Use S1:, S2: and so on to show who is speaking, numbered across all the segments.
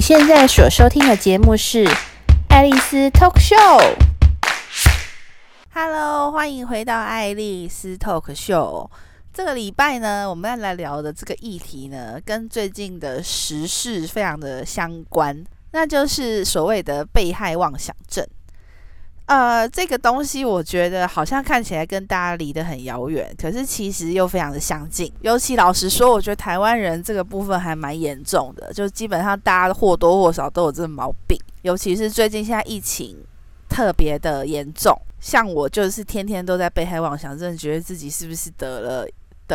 S1: 现在所收听的节目是爱丽丝 Talk Show。Hello， 欢迎回到爱丽丝 Talk Show。这个礼拜呢，我们要来聊的这个议题呢，跟最近的时事非常的相关，那就是所谓的被害妄想症。这个东西我觉得好像看起来跟大家离得很遥远，可是其实又非常的相近。尤其老实说，我觉得台湾人这个部分还蛮严重的，就基本上大家或多或少都有这个毛病。尤其是最近现在疫情特别的严重，像我就是天天都在被害妄想症，觉得自己是不是得了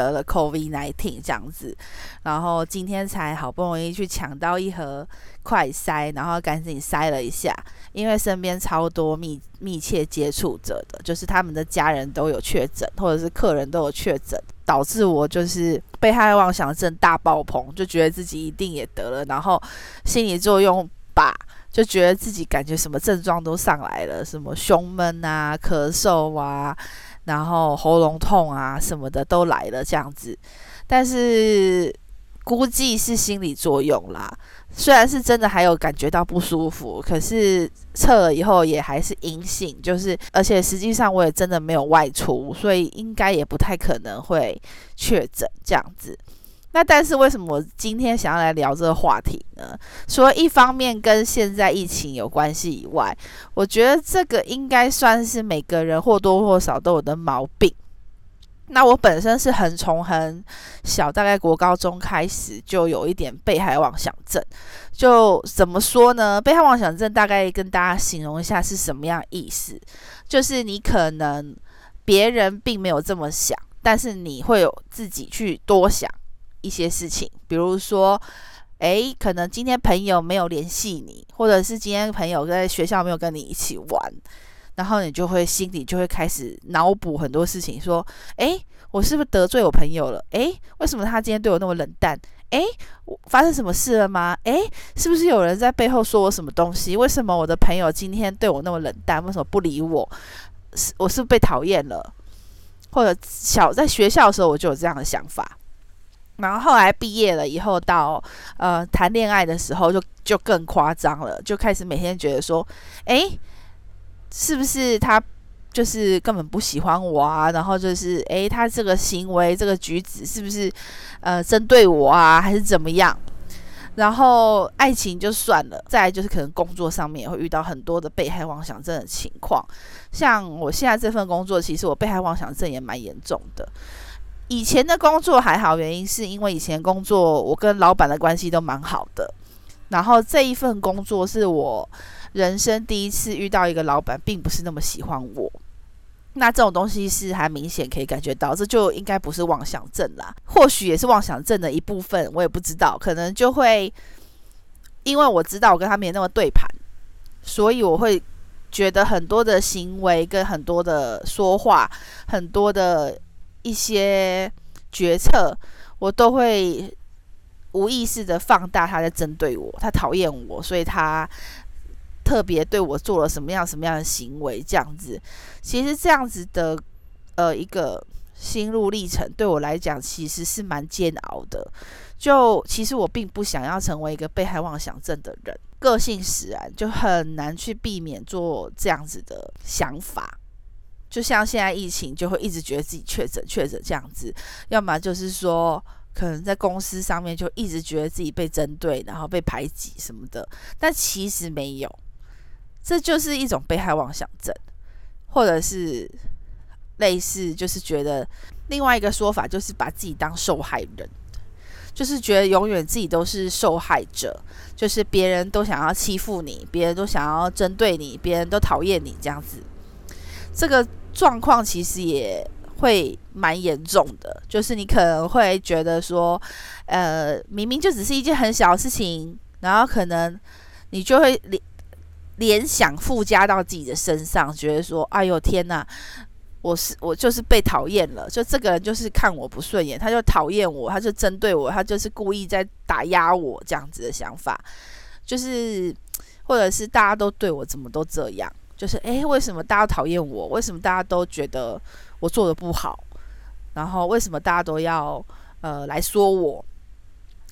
S1: COVID-19 这样子，然后今天才好不容易去抢到一盒快筛，然后赶紧筛了一下，因为身边超多密切接触者的，就是他们的家人都有确诊，或者是客人都有确诊，导致我就是被害妄想症大爆棚，就觉得自己一定也得了，然后心理作用吧，就觉得自己感觉什么症状都上来了，什么胸闷啊、咳嗽啊，然后喉咙痛啊什么的都来了这样子，但是估计是心理作用啦，虽然是真的还有感觉到不舒服，可是测了以后也还是阴性，就是而且实际上我也真的没有外出，所以应该也不太可能会确诊这样子。那但是为什么我今天想要来聊这个话题呢？除了一方面跟现在疫情有关系以外，我觉得这个应该算是每个人或多或少都有的毛病。那我本身是从很小，大概国高中开始就有一点被害妄想症。就怎么说呢？被害妄想症大概跟大家形容一下是什么样的意思，就是你可能别人并没有这么想，但是你会有自己去多想一些事情，比如说可能今天朋友没有联系你，或者是今天朋友在学校没有跟你一起玩，然后你就会心里就会开始脑补很多事情，说我是不是得罪我朋友了？为什么他今天对我那么冷淡？我发生什么事了吗？是不是有人在背后说我什么东西？为什么我的朋友今天对我那么冷淡？为什么不理我？我是不是被讨厌了？或者在学校的时候我就有这样的想法，然后后来毕业了以后到谈恋爱的时候就更夸张了，就开始每天觉得说是不是他就是根本不喜欢我啊，然后就是他这个行为这个举止是不是针对我啊，还是怎么样？然后爱情就算了，再来就是可能工作上面也会遇到很多的被害妄想症的情况。像我现在这份工作，其实我被害妄想症也蛮严重的。以前的工作还好，原因是因为以前工作我跟老板的关系都蛮好的，然后这一份工作是我人生第一次遇到一个老板并不是那么喜欢我，那这种东西是还明显可以感觉到，这就应该不是妄想症啦，或许也是妄想症的一部分，我也不知道，可能就会因为我知道我跟他没那么对盘，所以我会觉得很多的行为跟很多的说话，很多的一些决策，我都会无意识的放大他在针对我，他讨厌我，所以他特别对我做了什么样的行为这样子。其实这样子的一个心路历程对我来讲其实是蛮煎熬的，就其实我并不想要成为一个被害妄想症的人，个性使然，就很难去避免做这样子的想法。就像现在疫情，就会一直觉得自己确诊这样子，要么就是说可能在公司上面就一直觉得自己被针对，然后被排挤什么的，但其实没有，这就是一种被害妄想症，或者是类似就是觉得另外一个说法就是把自己当受害人，就是觉得永远自己都是受害者，就是别人都想要欺负你，别人都想要针对你，别人都讨厌你这样子。这个状况其实也会蛮严重的，就是你可能会觉得说明明就只是一件很小的事情，然后可能你就会联想附加到自己的身上，觉得说哎呦天哪，我就是被讨厌了，就这个人就是看我不顺眼，他就讨厌我，他就针对我，他就是故意在打压我这样子的想法，就是或者是大家都对我怎么都这样，就是为什么大家讨厌我？为什么大家都觉得我做的不好？然后为什么大家都要来说我？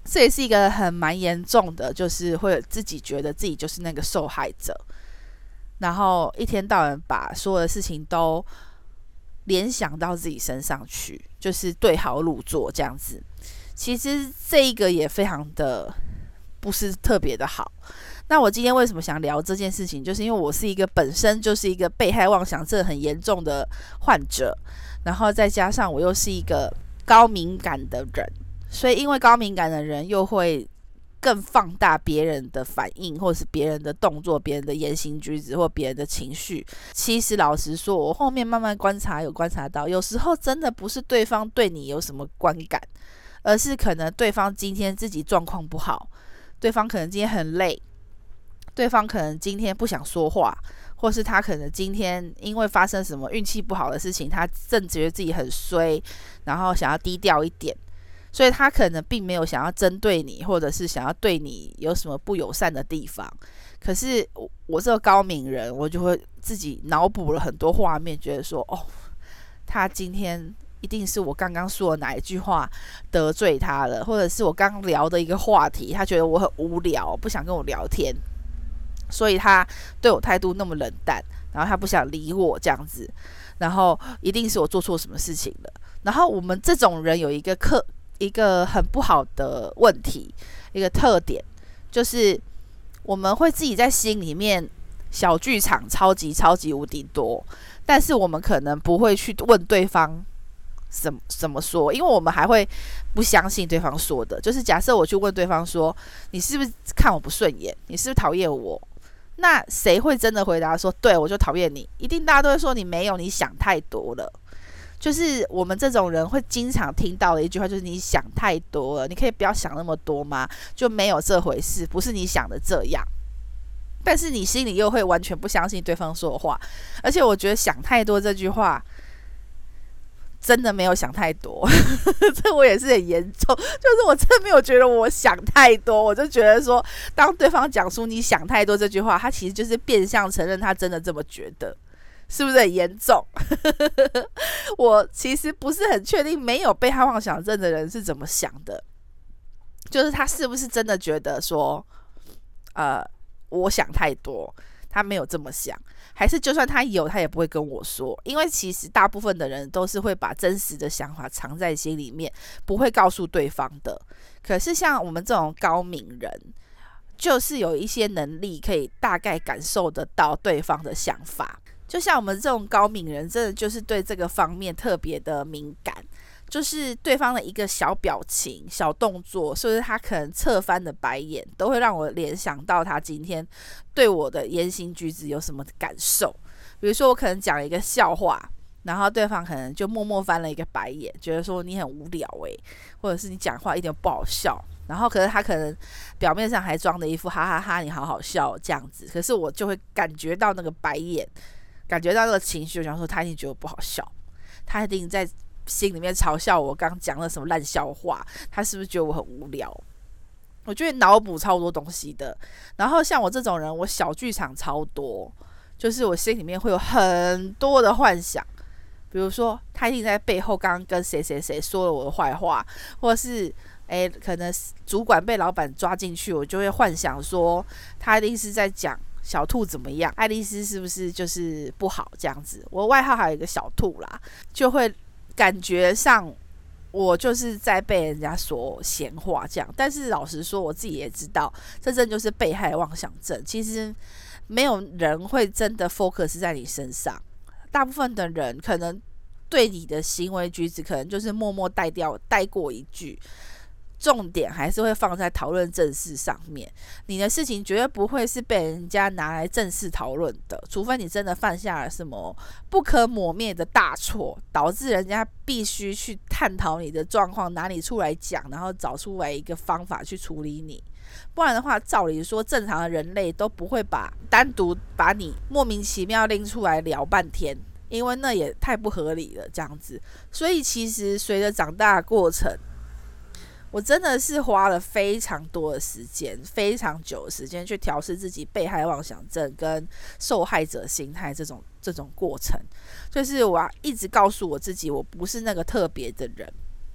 S1: 这也是一个蛮严重的，就是会自己觉得自己就是那个受害者，然后一天到晚把所有的事情都联想到自己身上去，就是对号入座这样子。其实这一个也非常的不是特别的好。那我今天为什么想聊这件事情，就是因为我是一个本身就是一个被害妄想症很严重的患者，然后再加上我又是一个高敏感的人，所以因为高敏感的人又会更放大别人的反应，或是别人的动作、别人的言行举止或别人的情绪。其实老实说，我后面慢慢观察到，有时候真的不是对方对你有什么观感，而是可能对方今天自己状况不好，对方可能今天很累，对方可能今天不想说话，或是他可能今天因为发生什么运气不好的事情，他正觉得自己很衰，然后想要低调一点，所以他可能并没有想要针对你，或者是想要对你有什么不友善的地方。可是我这个高敏人，我就会自己脑补了很多画面，觉得说，哦，他今天一定是我刚刚说的哪一句话得罪他了，或者是我刚刚聊的一个话题，他觉得我很无聊，不想跟我聊天，所以他对我态度那么冷淡，然后他不想理我这样子，然后一定是我做错什么事情了。然后我们这种人有一个很不好的问题，一个特点，就是我们会自己在心里面小剧场超级无敌多，但是我们可能不会去问对方怎么说，因为我们还会不相信对方说的。就是假设我去问对方说，你是不是看我不顺眼，你是不是讨厌我，那谁会真的回答说，对，我就讨厌你？一定大家都会说，你没有，你想太多了。就是我们这种人会经常听到的一句话，就是你想太多了，你可以不要想那么多吗？就没有这回事，不是你想的这样。但是你心里又会完全不相信对方说的话，而且我觉得想太多这句话真的没有想太多这我也是很严重，就是我真的没有觉得我想太多，我就觉得说，当对方讲出你想太多这句话，他其实就是变相承认他真的这么觉得，是不是很严重我其实不是很确定没有被害妄想症的人是怎么想的，就是他是不是真的觉得说我想太多，他没有这么想，还是就算他有，他也不会跟我说。因为其实大部分的人都是会把真实的想法藏在心里面，不会告诉对方的。可是像我们这种高敏人，就是有一些能力可以大概感受得到对方的想法。就像我们这种高敏人，真的就是对这个方面特别的敏感，就是对方的一个小表情、小动作，甚至他可能侧翻的白眼，都会让我联想到他今天对我的言行举止有什么感受。比如说我可能讲一个笑话，然后对方可能就默默翻了一个白眼，觉得说你很无聊或者是你讲话一点不好笑，然后可是他可能表面上还装的一副哈哈哈你好好笑这样子，可是我就会感觉到那个白眼，感觉到那个情绪，我想说他一定觉得我不好笑，他一定在心里面嘲笑我刚讲了什么烂笑话，他是不是觉得我很无聊？我觉得脑补超多东西的。然后像我这种人，我小剧场超多，就是我心里面会有很多的幻想，比如说他一定在背后刚刚跟谁谁谁说了我的坏话，或者是可能主管被老板抓进去，我就会幻想说他一定是在讲小兔怎么样，爱丽丝是不是就是不好这样子。我外号还有一个小兔啦，就会感觉上我就是在被人家说闲话这样。但是老实说，我自己也知道，这真就是被害妄想症。其实没有人会真的 focus 在你身上，大部分的人可能对你的行为举止可能就是默默带过一句，重点还是会放在讨论正事上面。你的事情绝对不会是被人家拿来正式讨论的，除非你真的犯下了什么不可磨灭的大错，导致人家必须去探讨你的状况，拿你出来讲，然后找出来一个方法去处理你。不然的话，照理说正常的人类都不会单独把你莫名其妙拎出来聊半天，因为那也太不合理了这样子。所以其实随着长大的过程，我真的是花了非常多的时间，非常久的时间去调试自己被害妄想症跟受害者心态这种过程。就是我要一直告诉我自己，我不是那个特别的人，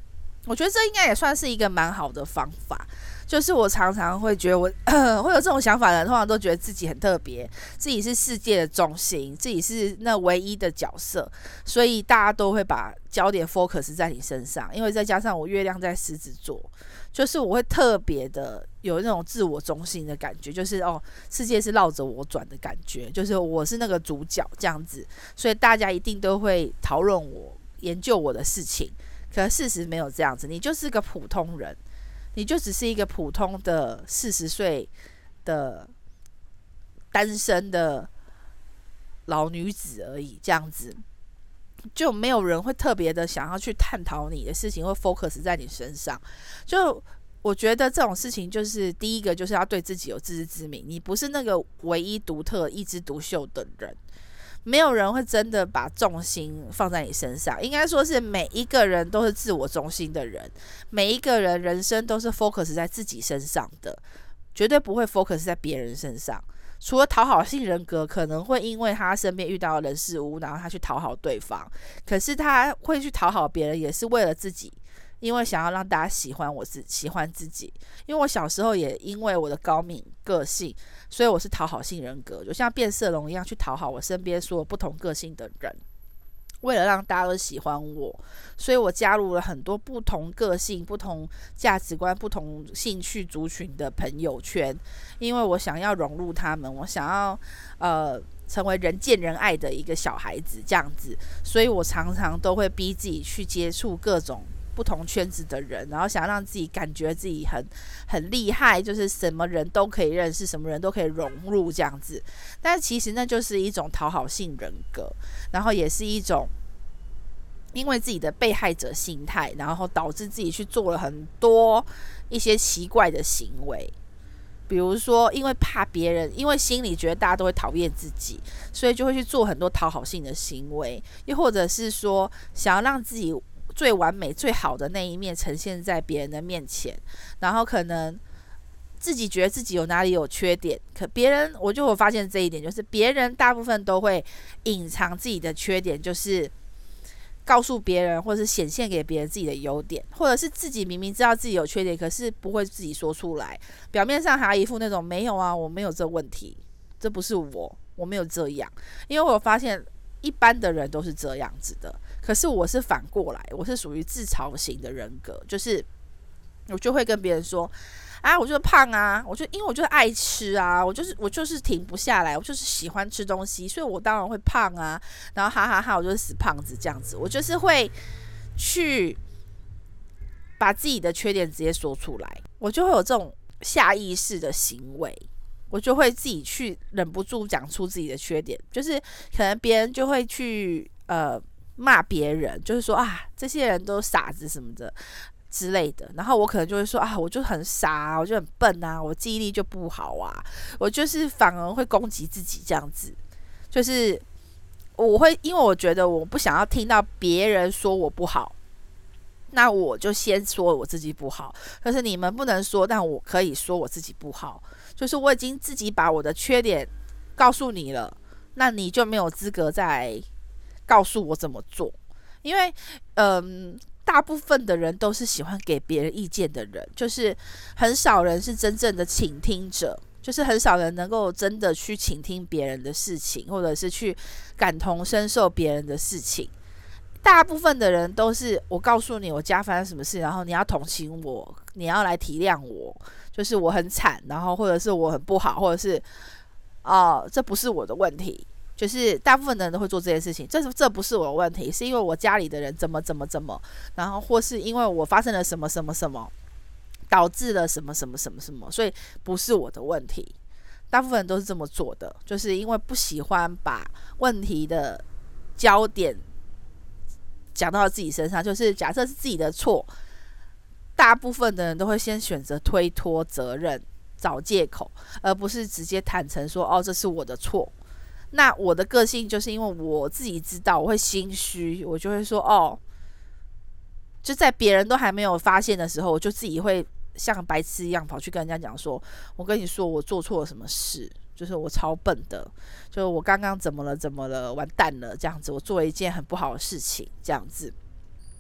S1: 我觉得这应该也算是一个蛮好的方法。就是我常常会觉得我会有这种想法的人，通常都觉得自己很特别，自己是世界的中心，自己是那唯一的角色，所以大家都会把焦点 focus 在你身上。因为再加上我月亮在狮子座，就是我会特别的有那种自我中心的感觉，就是世界是绕着我转的感觉，就是我是那个主角这样子，所以大家一定都会讨论我、研究我的事情。可是事实没有这样子，你就是个普通人。你就只是一个普通的40岁的单身的老女子而已，这样子就没有人会特别的想要去探讨你的事情，会 focus 在你身上。就我觉得这种事情，就是第一个就是要对自己有自知之明，你不是那个唯一独特、一枝独秀的人。没有人会真的把重心放在你身上，应该说是每一个人都是自我中心的人，每一个人人生都是 focus 在自己身上的，绝对不会 focus 在别人身上。除了讨好性人格可能会因为他身边遇到的人事物，然后他去讨好对方，可是他会去讨好别人也是为了自己，因为想要让大家喜欢自己。因为我小时候也因为我的高敏个性，所以我是讨好性人格，就像变色龙一样去讨好我身边所有不同个性的人，为了让大家都喜欢我，所以我加入了很多不同个性、不同价值观、不同兴趣族群的朋友圈，因为我想要融入他们，我想要成为人见人爱的一个小孩子这样子，所以我常常都会逼自己去接触各种不同圈子的人，然后想让自己感觉自己很厉害，就是什么人都可以认识，什么人都可以融入这样子。但其实那就是一种讨好性人格，然后也是一种因为自己的被害者心态，然后导致自己去做了很多一些奇怪的行为。比如说因为怕别人，因为心里觉得大家都会讨厌自己，所以就会去做很多讨好性的行为，又或者是说想要让自己最完美最好的那一面呈现在别人的面前，然后可能自己觉得自己有哪里有缺点，可别人我就有发现这一点，就是别人大部分都会隐藏自己的缺点，就是告诉别人或是显现给别人自己的优点，或者是自己明明知道自己有缺点，可是不会自己说出来，表面上还一副那种没有啊，我没有这问题，这不是我没有这样。因为我发现一般的人都是这样子的，可是我是反过来，我是属于自嘲型的人格，就是我就会跟别人说啊，我就是胖啊，因为我就是爱吃啊，我就是停不下来，我就是喜欢吃东西，所以我当然会胖啊，然后哈哈哈，我就是死胖子这样子，我就是会去把自己的缺点直接说出来，我就会有这种下意识的行为，我就会自己去忍不住讲出自己的缺点，就是可能别人就会去骂别人，就是说啊，这些人都傻子什么的之类的，然后我可能就会说啊，我就很傻啊，我就很笨啊，我记忆力就不好啊，我就是反而会攻击自己这样子，就是我会因为我觉得我不想要听到别人说我不好，那我就先说我自己不好，但是你们不能说，但我可以说我自己不好，就是我已经自己把我的缺点告诉你了，那你就没有资格再告诉我怎么做，因为大部分的人都是喜欢给别人意见的人，就是很少人是真正的倾听者，就是很少人能够真的去倾听别人的事情，或者是去感同身受别人的事情。大部分的人都是我告诉你我家发生什么事，然后你要同情我，你要来体谅我，就是我很惨，然后或者是我很不好，或者是这不是我的问题，就是大部分的人都会做这件事情，这不是我的问题，是因为我家里的人怎么，然后或是因为我发生了什么导致了什么，所以不是我的问题。大部分人都是这么做的，就是因为不喜欢把问题的焦点讲到自己身上，就是假设是自己的错，大部分的人都会先选择推脱责任，找借口，而不是直接坦诚说这是我的错。那我的个性就是因为我自己知道，我会心虚，我就会说就在别人都还没有发现的时候，我就自己会像白痴一样跑去跟人家讲说，我跟你说我做错了什么事，就是我超笨的，就是我刚刚怎么了，完蛋了这样子，我做了一件很不好的事情这样子。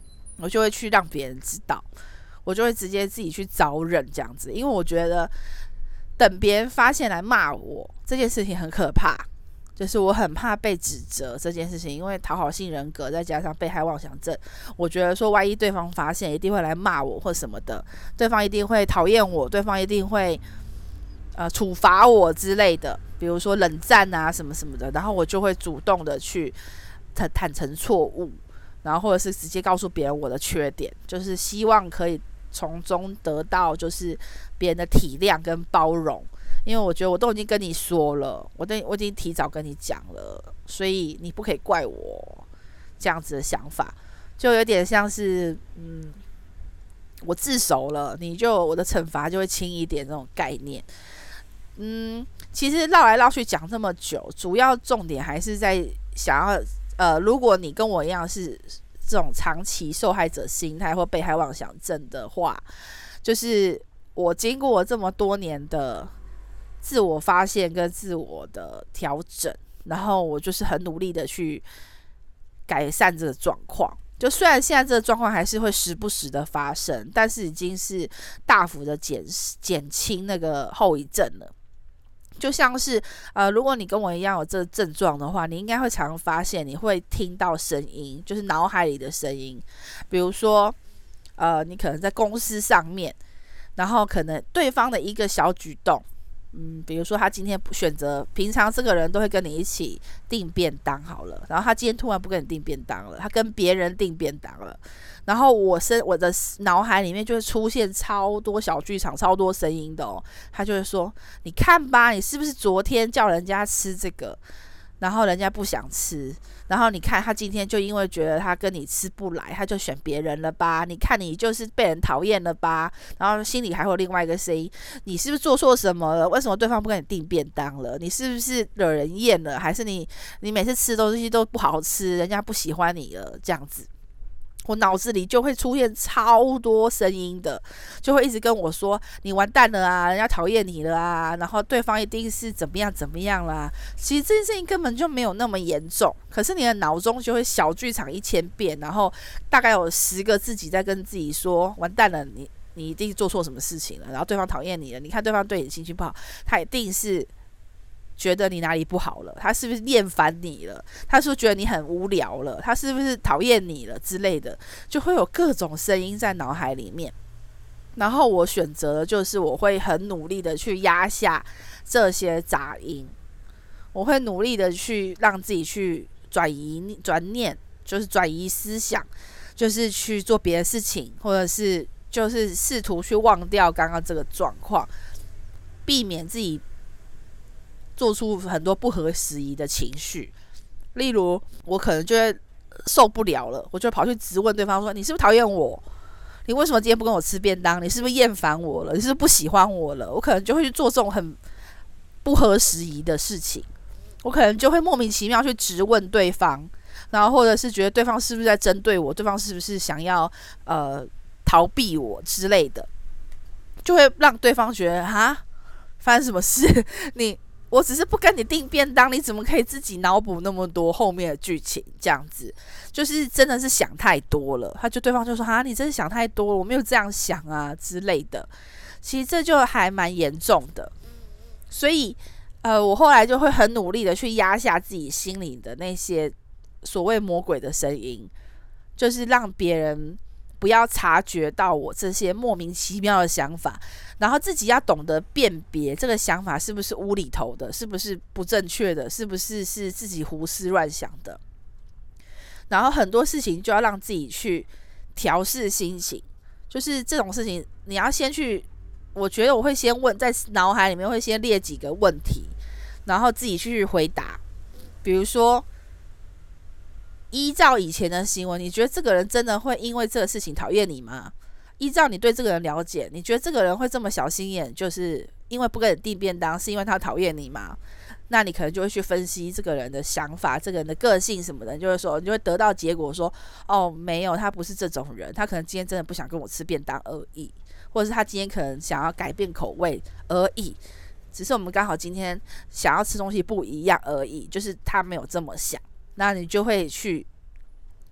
S1: 我就会去让别人知道，我就会直接自己去招认这样子，因为我觉得等别人发现来骂我这件事情很可怕，就是我很怕被指责这件事情，因为讨好性人格再加上被害妄想症，我觉得说万一对方发现，一定会来骂我或什么的，对方一定会讨厌我，对方一定会处罚我之类的，比如说冷战啊什么什么的，然后我就会主动的去坦诚错误，然后或者是直接告诉别人我的缺点，就是希望可以从中得到就是别人的体谅跟包容，因为我觉得我都已经跟你说了，我已经提早跟你讲了，所以你不可以怪我这样子的想法，就有点像是我自首了，我的惩罚就会轻一点这种概念。其实绕来绕去讲这么久，主要重点还是在想要如果你跟我一样是这种长期受害者心态或被害妄想症的话，就是我经过这么多年的自我发现跟自我的调整，然后我就是很努力的去改善这个状况。就虽然现在这个状况还是会时不时的发生，但是已经是大幅的减轻那个后遗症了。就像是如果你跟我一样有这个症状的话，你应该会常发现你会听到声音，就是脑海里的声音，比如说你可能在公司上面，然后可能对方的一个小举动，比如说他今天选择，平常这个人都会跟你一起订便当好了，然后他今天突然不跟你订便当了，他跟别人订便当了，然后我的脑海里面就会出现超多小剧场，超多声音的哦。他就会说：“你看吧，你是不是昨天叫人家吃这个，然后人家不想吃？然后你看他今天就因为觉得他跟你吃不来，他就选别人了吧？你看你就是被人讨厌了吧？然后心里还会有另外一个声音：你是不是做错什么了？为什么对方不跟你订便当了？你是不是惹人厌了？还是你每次吃东西都不好吃，人家不喜欢你了？这样子。”我脑子里就会出现超多声音的，就会一直跟我说：“你完蛋了啊，人家讨厌你了啊，然后对方一定是怎么样怎么样啦。”其实这件事情根本就没有那么严重，可是你的脑中就会小剧场1000遍，然后大概有10个自己在跟自己说：“完蛋了，你一定做错什么事情了，然后对方讨厌你了，你看对方对你心情不好，他一定是觉得你哪里不好了，他是不是厌烦你了，他是不是觉得你很无聊了，他是不是讨厌你了之类的，就会有各种声音在脑海里面。然后我选择的就是我会很努力的去压下这些杂音，我会努力的去让自己去转念，就是转移思想，就是去做别的事情，或者是就是试图去忘掉刚刚这个状况，避免自己做出很多不合时宜的情绪。例如我可能就会受不了了，我就跑去质问对方说：“你是不是讨厌我？你为什么今天不跟我吃便当？你是不是厌烦我了？你是不是不喜欢我了？”我可能就会去做这种很不合时宜的事情，我可能就会莫名其妙去质问对方，然后或者是觉得对方是不是在针对我，对方是不是想要逃避我之类的，就会让对方觉得发生什么事？我只是不跟你订便当，你怎么可以自己脑补那么多后面的剧情？这样子就是真的是想太多了。对方就说：“你真是想太多了，我没有这样想啊之类的。”其实这就还蛮严重的。所以我后来就会很努力的去压下自己心里的那些所谓魔鬼的声音，就是让别人不要察觉到我这些莫名其妙的想法，然后自己要懂得辨别这个想法是不是无厘头的，是不是不正确的，是不是自己胡思乱想的。然后很多事情就要让自己去调试心情，就是这种事情你要先去，我觉得我会先问，在脑海里面会先列几个问题，然后自己去回答。比如说依照以前的行为，你觉得这个人真的会因为这个事情讨厌你吗？依照你对这个人了解，你觉得这个人会这么小心眼，就是因为不跟你订便当是因为他讨厌你吗？那你可能就会去分析这个人的想法，这个人的个性什么的，你就会得到结果说，没有，他不是这种人，他可能今天真的不想跟我吃便当而已，或者是他今天可能想要改变口味而已，只是我们刚好今天想要吃东西不一样而已，就是他没有这么想。那你就会去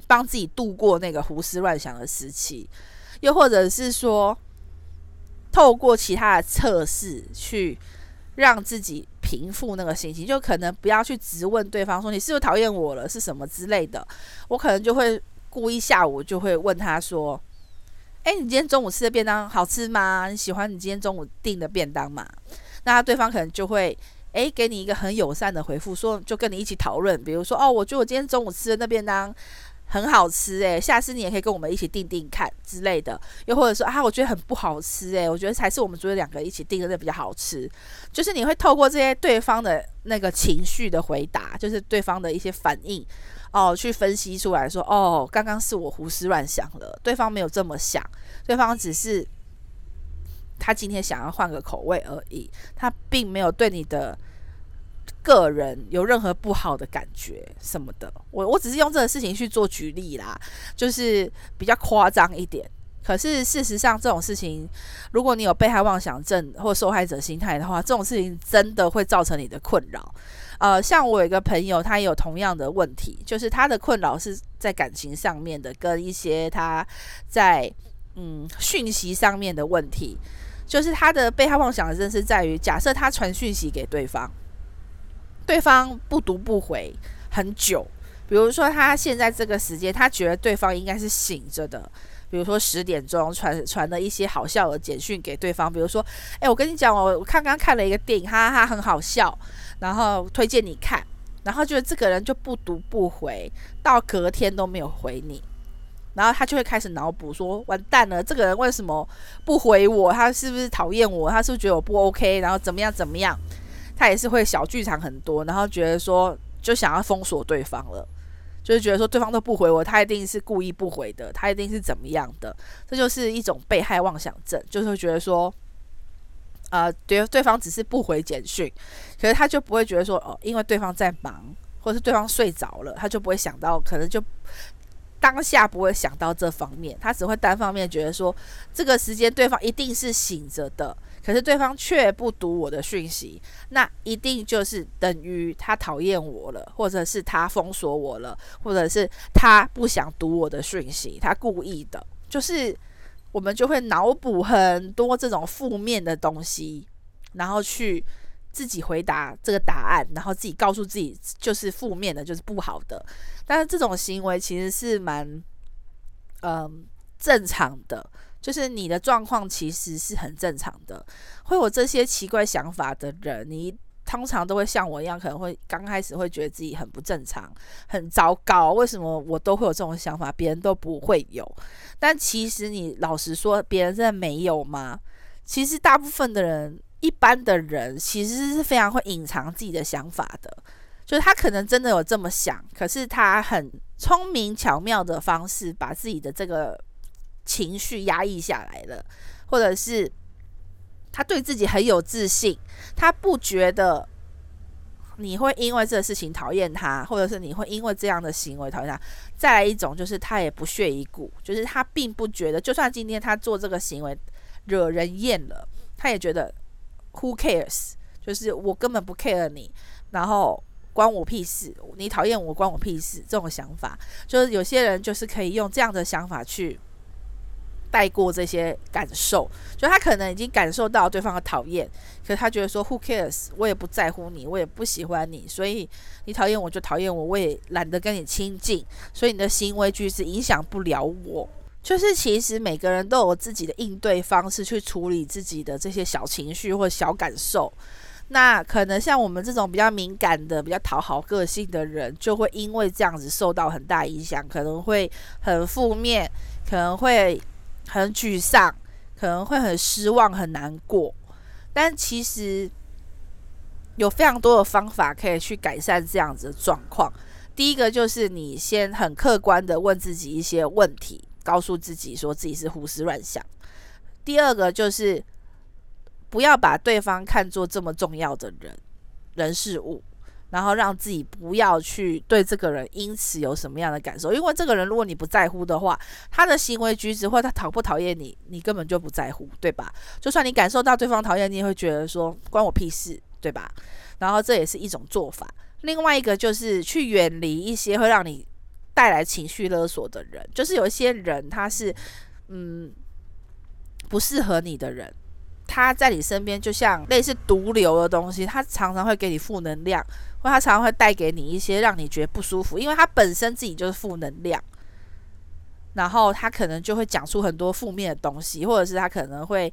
S1: 帮自己度过那个胡思乱想的时期，又或者是说透过其他的测试去让自己平复那个心情，就可能不要去质问对方说你是不是讨厌我了，是什么之类的。我可能就会故意下午就会问他说，你今天中午吃的便当好吃吗？你喜欢你今天中午订的便当吗？那对方可能就会给你一个很友善的回复，说就跟你一起讨论，比如说我觉得我今天中午吃的那便当很好吃下次你也可以跟我们一起订订看之类的。又或者说我觉得很不好吃我觉得才是我们昨天两个一起订的那比较好吃。就是你会透过这些对方的那个情绪的回答，就是对方的一些反应去分析出来说刚刚是我胡思乱想了，对方没有这么想，对方只是他今天想要换个口味而已，他并没有对你的个人有任何不好的感觉什么的。我只是用这个事情去做举例啦，就是比较夸张一点。可是事实上这种事情，如果你有被害妄想症或受害者心态的话，这种事情真的会造成你的困扰。像我有一个朋友，他也有同样的问题，就是他的困扰是在感情上面的，跟一些他在讯息上面的问题。就是他的被害妄想症是在于，假设他传讯息给对方，对方不读不回很久，比如说他现在这个时间，他觉得对方应该是醒着的，比如说10点钟传了一些好笑的简讯给对方，比如说我跟你讲我刚刚看了一个电影，哈哈很好笑，然后推荐你看，然后觉得这个人就不读不回，到隔天都没有回你，然后他就会开始脑补说，完蛋了，这个人为什么不回我？他是不是讨厌我？他是不是觉得我不 OK？ 然后怎么样怎么样？他也是会小剧场很多，然后觉得说就想要封锁对方了，就是觉得说对方都不回我，他一定是故意不回的，他一定是怎么样的。这就是一种被害妄想症，就是会觉得说对方只是不回简讯，可是他就不会觉得说因为对方在忙，或是对方睡着了，他就不会想到，可能就当下不会想到这方面，他只会单方面觉得说这个时间对方一定是醒着的，可是对方却不读我的讯息，那一定就是等于他讨厌我了，或者是他封锁我了，或者是他不想读我的讯息，他故意的。就是我们就会脑补很多这种负面的东西，然后去自己回答这个答案，然后自己告诉自己就是负面的，就是不好的。但是这种行为其实是蛮正常的，就是你的状况其实是很正常的。会有这些奇怪想法的人，你通常都会像我一样，可能会刚开始会觉得自己很不正常，很糟糕，为什么我都会有这种想法，别人都不会有？但其实你老实说，别人真的没有吗？其实大部分的人，一般的人其实是非常会隐藏自己的想法的，就是他可能真的有这么想，可是他很聪明巧妙的方式把自己的这个情绪压抑下来了，或者是他对自己很有自信，他不觉得你会因为这个事情讨厌他，或者是你会因为这样的行为讨厌他。再来一种就是他也不屑一顾，就是他并不觉得，就算今天他做这个行为惹人厌了，他也觉得 who cares， 就是我根本不 care 你，然后关我屁事，你讨厌我关我屁事，这种想法。就是有些人就是可以用这样的想法去带过这些感受，就他可能已经感受到对方的讨厌，可是他觉得说 who cares， 我也不在乎你，我也不喜欢你，所以你讨厌我就讨厌我，我也懒得跟你亲近，所以你的行为举止影响不了我。就是其实每个人都有自己的应对方式去处理自己的这些小情绪或小感受。那可能像我们这种比较敏感的、比较讨好个性的人，就会因为这样子受到很大影响，可能会很负面，可能会很沮丧，可能会很失望、很难过。但其实有非常多的方法可以去改善这样子的状况。第一个就是你先很客观的问自己一些问题，告诉自己说自己是胡思乱想。第二个就是不要把对方看作这么重要的人事物，然后让自己不要去对这个人因此有什么样的感受，因为这个人如果你不在乎的话，他的行为举止或他讨不讨厌你，你根本就不在乎，对吧？就算你感受到对方讨厌你，也会觉得说关我屁事，对吧？然后这也是一种做法。另外一个就是去远离一些会让你带来情绪勒索的人。就是有一些人他是不适合你的人，他在你身边就像类似毒瘤的东西，他常常会给你负能量，或他常常会带给你一些让你觉得不舒服，因为他本身自己就是负能量，然后他可能就会讲出很多负面的东西，或者是他可能会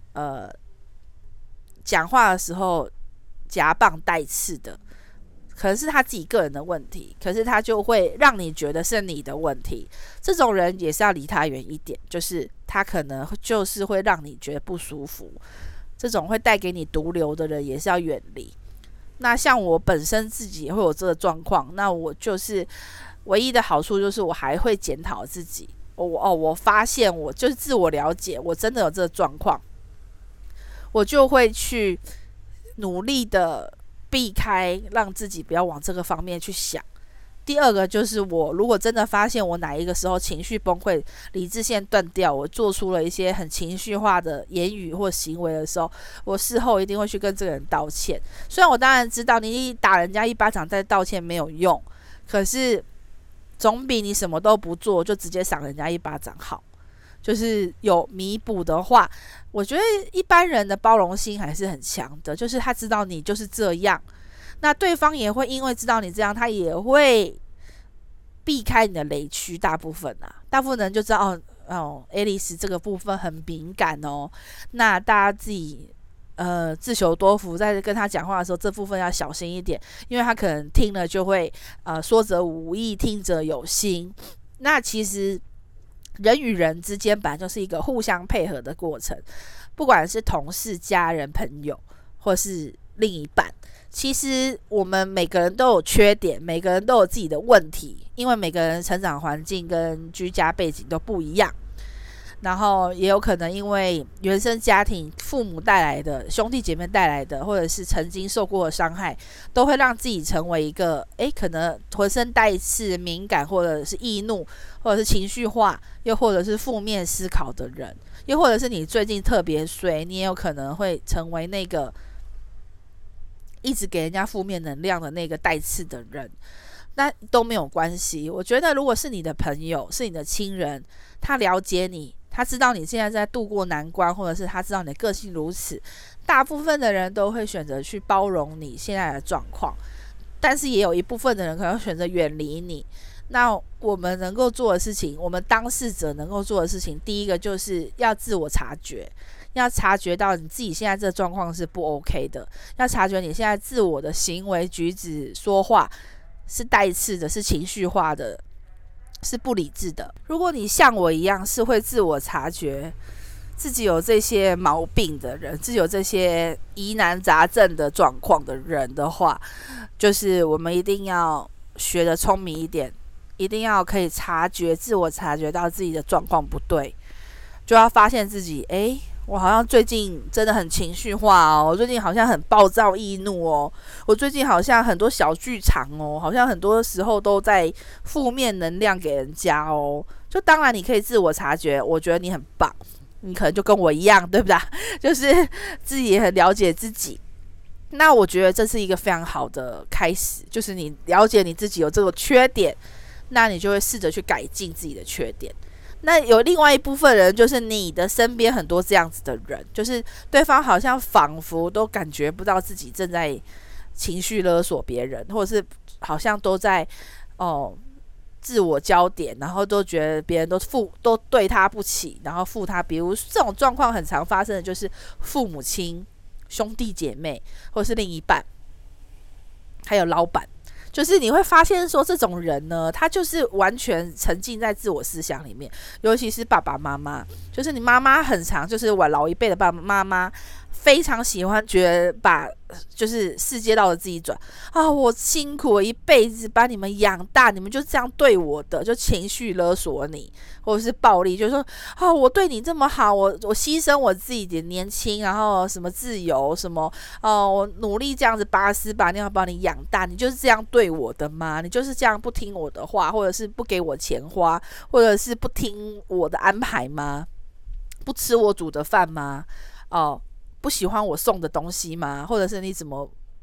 S1: 讲话的时候夹棒带刺的，可能是他自己个人的问题，可是他就会让你觉得是你的问题。这种人也是要离他远一点，就是他可能就是会让你觉得不舒服，这种会带给你毒瘤的人也是要远离。那像我本身自己也会有这个状况，那我就是唯一的好处就是我还会检讨自己，我发现我就是自我了解，我真的有这个状况，我就会去努力的避开，让自己不要往这个方面去想。第二个就是我如果真的发现我哪一个时候情绪崩溃，理智线断掉，我做出了一些很情绪化的言语或行为的时候，我事后一定会去跟这个人道歉。虽然我当然知道你打人家一巴掌再道歉没有用，可是总比你什么都不做就直接赏人家一巴掌好。就是有弥补的话，我觉得一般人的包容心还是很强的，就是他知道你就是这样，那对方也会因为知道你这样，他也会避开你的雷区。大部分人就知道爱丽丝这个部分很敏感哦，那大家自己自求多福，在跟他讲话的时候这部分要小心一点，因为他可能听了就会说者无意听者有心。那其实人与人之间本来就是一个互相配合的过程，不管是同事、家人、朋友或是另一半，其实我们每个人都有缺点，每个人都有自己的问题，因为每个人成长环境跟居家背景都不一样，然后也有可能因为原生家庭父母带来的、兄弟姐妹带来的，或者是曾经受过的伤害，都会让自己成为一个可能浑身带刺、敏感，或者是易怒，或者是情绪化，又或者是负面思考的人，又或者是你最近特别衰，你也有可能会成为那个一直给人家负面能量的那个带刺的人。那都没有关系，我觉得如果是你的朋友，是你的亲人，他了解你，他知道你现在在度过难关，或者是他知道你的个性如此，大部分的人都会选择去包容你现在的状况，但是也有一部分的人可能选择远离你。那我们能够做的事情，我们当事者能够做的事情，第一个就是要自我察觉，要察觉到你自己现在这个状况是不 OK 的，要察觉你现在自我的行为举止说话是带刺的，是情绪化的，是不理智的。如果你像我一样是会自我察觉自己有这些毛病的人，自己有这些疑难杂症的状况的人的话，就是我们一定要学得聪明一点，一定要可以自我察觉到自己的状况不对，就要发现自己我好像最近真的很情绪化哦，我最近好像很暴躁易怒哦，我最近好像很多小剧场哦，好像很多时候都在负面能量给人家哦。就当然你可以自我察觉，我觉得你很棒，你可能就跟我一样，对不对？就是自己也很了解自己。那我觉得这是一个非常好的开始，就是你了解你自己有这个缺点，那你就会试着去改进自己的缺点。那有另外一部分人，就是你的身边很多这样子的人，就是对方好像仿佛都感觉不到自己正在情绪勒索别人，或者是好像都在自我焦点，然后都觉得别人都对他不起，然后负他。比如这种状况很常发生的就是父母亲、兄弟姐妹，或是另一半，还有老板。就是你会发现说这种人呢，他就是完全沉浸在自我思想里面，尤其是爸爸妈妈，就是你妈妈很常，就是我老一辈的爸爸妈妈非常喜欢觉得把就是世界绕着自己转我辛苦了一辈子把你们养大，你们就这样对我的，就情绪勒索你，或者是暴力，就是说我对你这么好，我牺牲我自己的年轻，然后什么自由什么我努力这样子拔丝拔尿把你养大，你就是这样对我的吗？你就是这样不听我的话，或者是不给我钱花，或者是不听我的安排吗？不吃我煮的饭吗？不喜欢我送的东西吗？或者是你怎么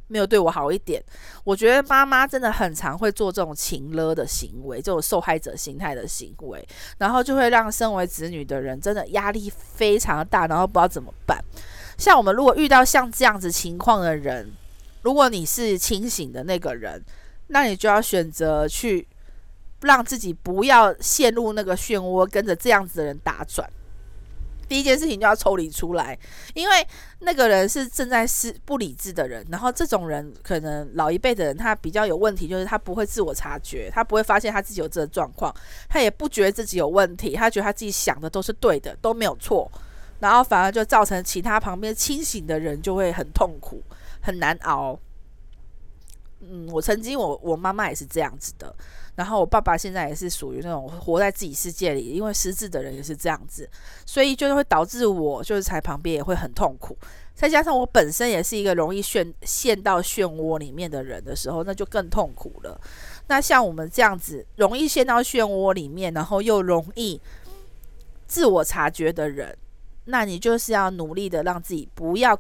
S1: 没有对我好一点。我觉得妈妈真的很常会做这种情勒的行为，这种受害者心态的行为，然后就会让身为子女的人真的压力非常大，然后不知道怎么办。像我们如果遇到像这样子情况的人，如果你是清醒的那个人，那你就要选择去让自己不要陷入那个漩涡，跟着这样子的人打转。第一件事情就要抽离出来，因为那个人是正在不理智的人，然后这种人可能老一辈的人他比较有问题，就是他不会自我察觉，他不会发现他自己有这个状况，他也不觉得自己有问题，他觉得他自己想的都是对的，都没有错，然后反而就造成其他旁边清醒的人就会很痛苦，很难熬。我曾经我妈妈也是这样子的，然后我爸爸现在也是属于那种活在自己世界里，因为失智的人也是这样子，所以就会导致我就是在旁边也会很痛苦，再加上我本身也是一个容易陷到漩涡里面的人的时候，那就更痛苦了。那像我们这样子容易陷到漩涡里面，然后又容易自我察觉的人，那你就是要努力的让自己不要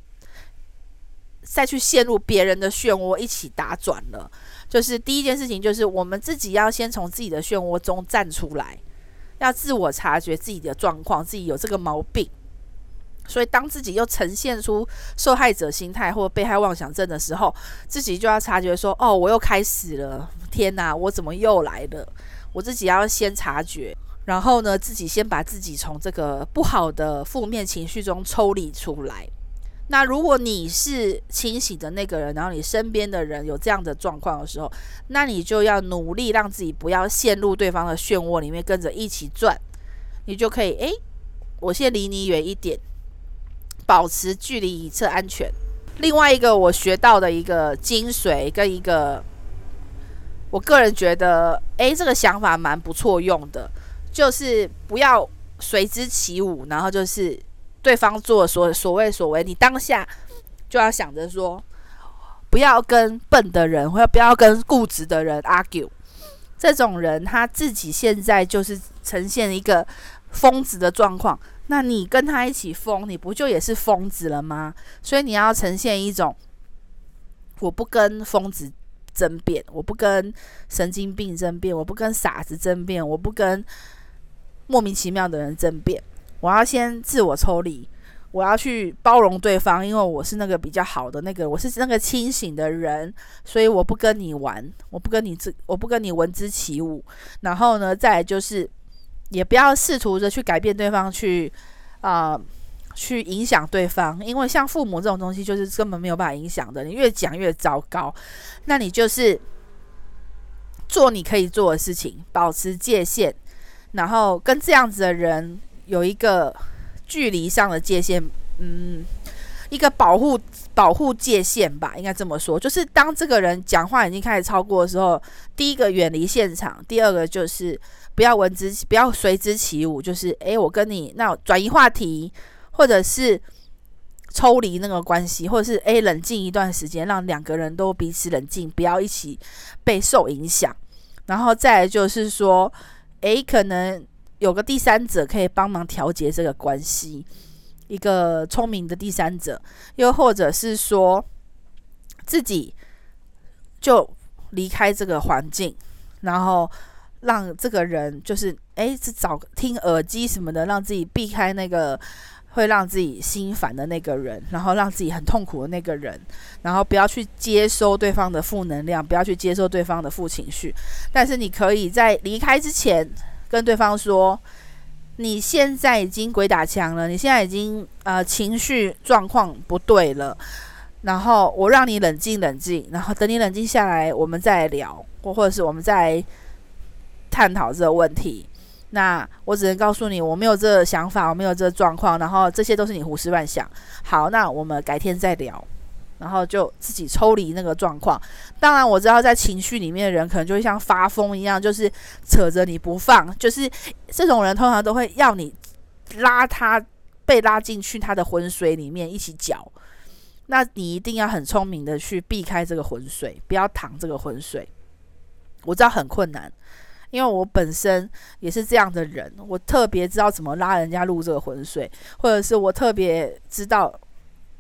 S1: 再去陷入别人的漩涡一起打转了。就是第一件事情，就是我们自己要先从自己的漩涡中站出来，要自我察觉自己的状况，自己有这个毛病。所以当自己又呈现出受害者心态或被害妄想症的时候，自己就要察觉说，我又开始了，天哪，我怎么又来了？我自己要先察觉，然后呢，自己先把自己从这个不好的负面情绪中抽离出来。那如果你是清醒的那个人，然后你身边的人有这样的状况的时候，那你就要努力让自己不要陷入对方的漩涡里面跟着一起转，你就可以我先离你远一点，保持距离以测安全。另外一个我学到的一个精髓跟一个我个人觉得这个想法蛮不错用的，就是不要随之起舞，然后就是对方做所谓所为，你当下就要想着说，不要跟笨的人或者不要跟固执的人 argue。 这种人他自己现在就是呈现一个疯子的状况，那你跟他一起疯，你不就也是疯子了吗？所以你要呈现一种，我不跟疯子争辩，我不跟神经病争辩，我不跟傻子争辩，我不跟莫名其妙的人争辩，我要先自我抽离，我要去包容对方，因为我是那个比较好的那个，我是那个清醒的人，所以我不跟你玩，我不跟你闻之起舞。然后呢，再来就是也不要试图的去改变对方，去影响对方，因为像父母这种东西就是根本没有办法影响的，你越讲越糟糕。那你就是做你可以做的事情，保持界限，然后跟这样子的人有一个距离上的界限，一个保护界限吧，应该这么说。就是当这个人讲话已经开始超过的时候，第一个远离现场，第二个就是不要随之起舞，就是我跟你那转移话题，或者是抽离那个关系，或者是冷静一段时间，让两个人都彼此冷静，不要一起被受影响。然后再来就是说可能有个第三者可以帮忙调节这个关系，一个聪明的第三者，又或者是说自己就离开这个环境，然后让这个人就是找听耳机什么的，让自己避开那个会让自己心烦的那个人，然后让自己很痛苦的那个人，然后不要去接收对方的负能量，不要去接受对方的负情绪。但是你可以在离开之前跟对方说，你现在已经鬼打墙了，你现在已经情绪状况不对了，然后我让你冷静冷静，然后等你冷静下来我们再来聊，或者是我们再来探讨这个问题。那我只能告诉你，我没有这个想法，我没有这个状况，然后这些都是你胡思乱想。好，那我们改天再聊，然后就自己抽离那个状况。当然我知道在情绪里面的人可能就会像发疯一样，就是扯着你不放，就是这种人通常都会要你被拉进去他的浑水里面一起搅。那你一定要很聪明的去避开这个浑水，不要淌这个浑水。我知道很困难，因为我本身也是这样的人，我特别知道怎么拉人家入这个浑水，或者是我特别知道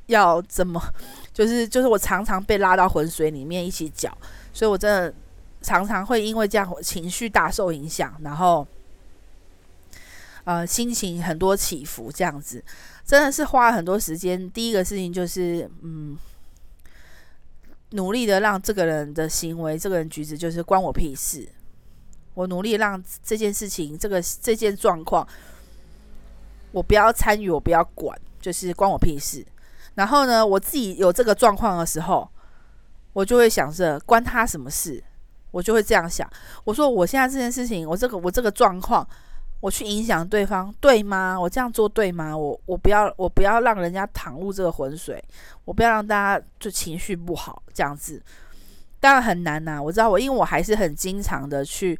S1: 要怎么，就是我常常被拉到浑水里面一起搅，所以我真的常常会因为这样情绪大受影响，然后心情很多起伏，这样子真的是花了很多时间。第一个事情就是努力的让这个人的行为，这个人举止就是关我屁事，我努力让这件事情，这件状况我不要参与，我不要管，就是关我屁事。然后呢，我自己有这个状况的时候，我就会想着关他什么事，我就会这样想。我说我现在这件事情，我这个状况，我去影响对方，对吗？我这样做对吗？我不要让人家淌入这个浑水，我不要让大家就情绪不好这样子。当然很难我知道因为我还是很经常的去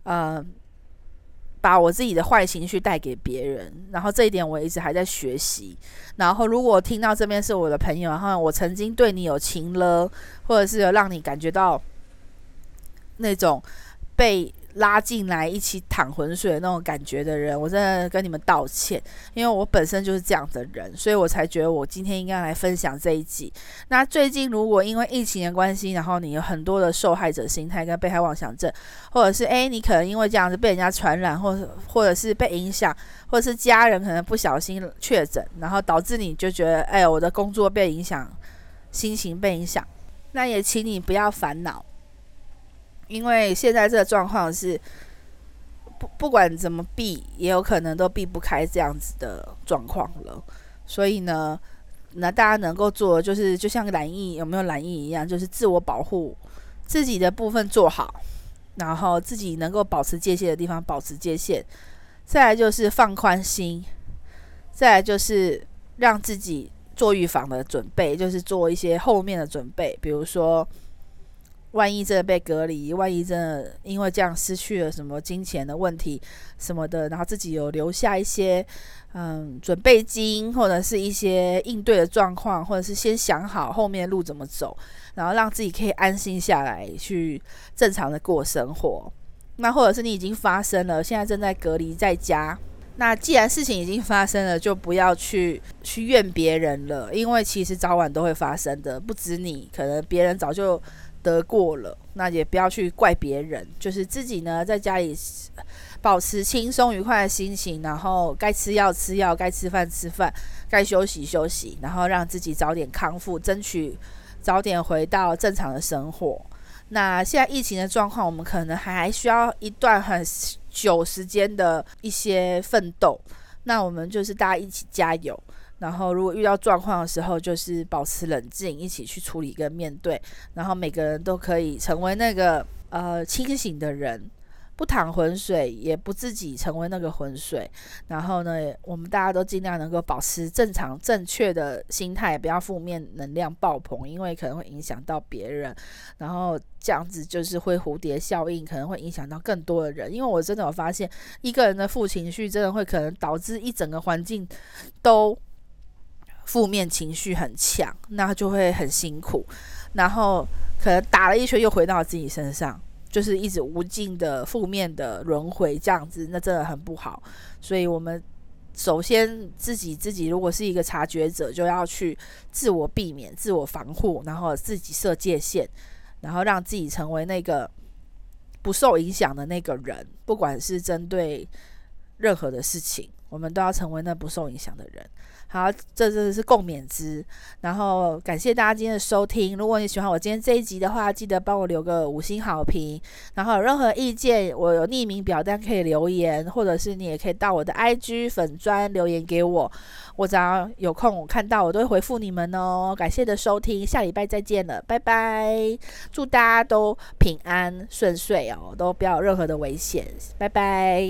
S1: 把我自己的坏情绪带给别人，然后这一点我一直还在学习。然后如果听到这边是我的朋友，然后我曾经对你有情了，或者是有让你感觉到那种被拉进来一起淌浑水的那种感觉的人，我真的跟你们道歉，因为我本身就是这样的人，所以我才觉得我今天应该来分享这一集。那最近如果因为疫情的关系，然后你有很多的受害者心态跟被害妄想症，或者是你可能因为这样子被人家传染，或者是被影响，或者是家人可能不小心确诊，然后导致你就觉得我的工作被影响，心情被影响，那也请你不要烦恼，因为现在这个状况是不管怎么避，也有可能都避不开这样子的状况了。所以呢，那大家能够做的就是就像染疫有没有染疫一样，就是自我保护，自己的部分做好，然后自己能够保持界限的地方保持界限，再来就是放宽心，再来就是让自己做预防的准备，就是做一些后面的准备，比如说万一真的被隔离，万一真的因为这样失去了什么金钱的问题什么的，然后自己有留下一些准备金，或者是一些应对的状况，或者是先想好后面的路怎么走，然后让自己可以安心下来去正常的过生活。那或者是你已经发生了，现在正在隔离在家，那既然事情已经发生了，就不要去怨别人了，因为其实早晚都会发生的，不止你，可能别人早就得过了，那也不要去怪别人，就是自己呢在家里保持轻松愉快的心情，然后该吃药吃药，该吃饭吃饭，该休息休息，然后让自己早点康复，争取早点回到正常的生活。那现在疫情的状况，我们可能还需要一段很久时间的一些奋斗，那我们就是大家一起加油，然后如果遇到状况的时候，就是保持冷静，一起去处理跟面对，然后每个人都可以成为那个清醒的人，不淌浑水，也不自己成为那个浑水。然后呢，我们大家都尽量能够保持正常正确的心态，不要负面能量爆棚，因为可能会影响到别人，然后这样子就是会蝴蝶效应，可能会影响到更多的人。因为我真的有发现，一个人的负情绪真的会可能导致一整个环境都负面情绪很强，那就会很辛苦，然后可能打了一圈又回到自己身上，就是一直无尽的负面的轮回这样子，那真的很不好。所以我们首先自己如果是一个察觉者，就要去自我避免、自我防护，然后自己设界限，然后让自己成为那个不受影响的那个人，不管是针对任何的事情，我们都要成为那不受影响的人。好，这真的是共勉之。然后感谢大家今天的收听，如果你喜欢我今天这一集的话，记得帮我留个5星好评，然后有任何意见，我有匿名表单可以留言，或者是你也可以到我的 IG 粉专留言给我，我只要有空我看到我都会回复你们哦。感谢的收听，下礼拜再见了，拜拜，祝大家都平安顺遂哦，都不要有任何的危险，拜拜。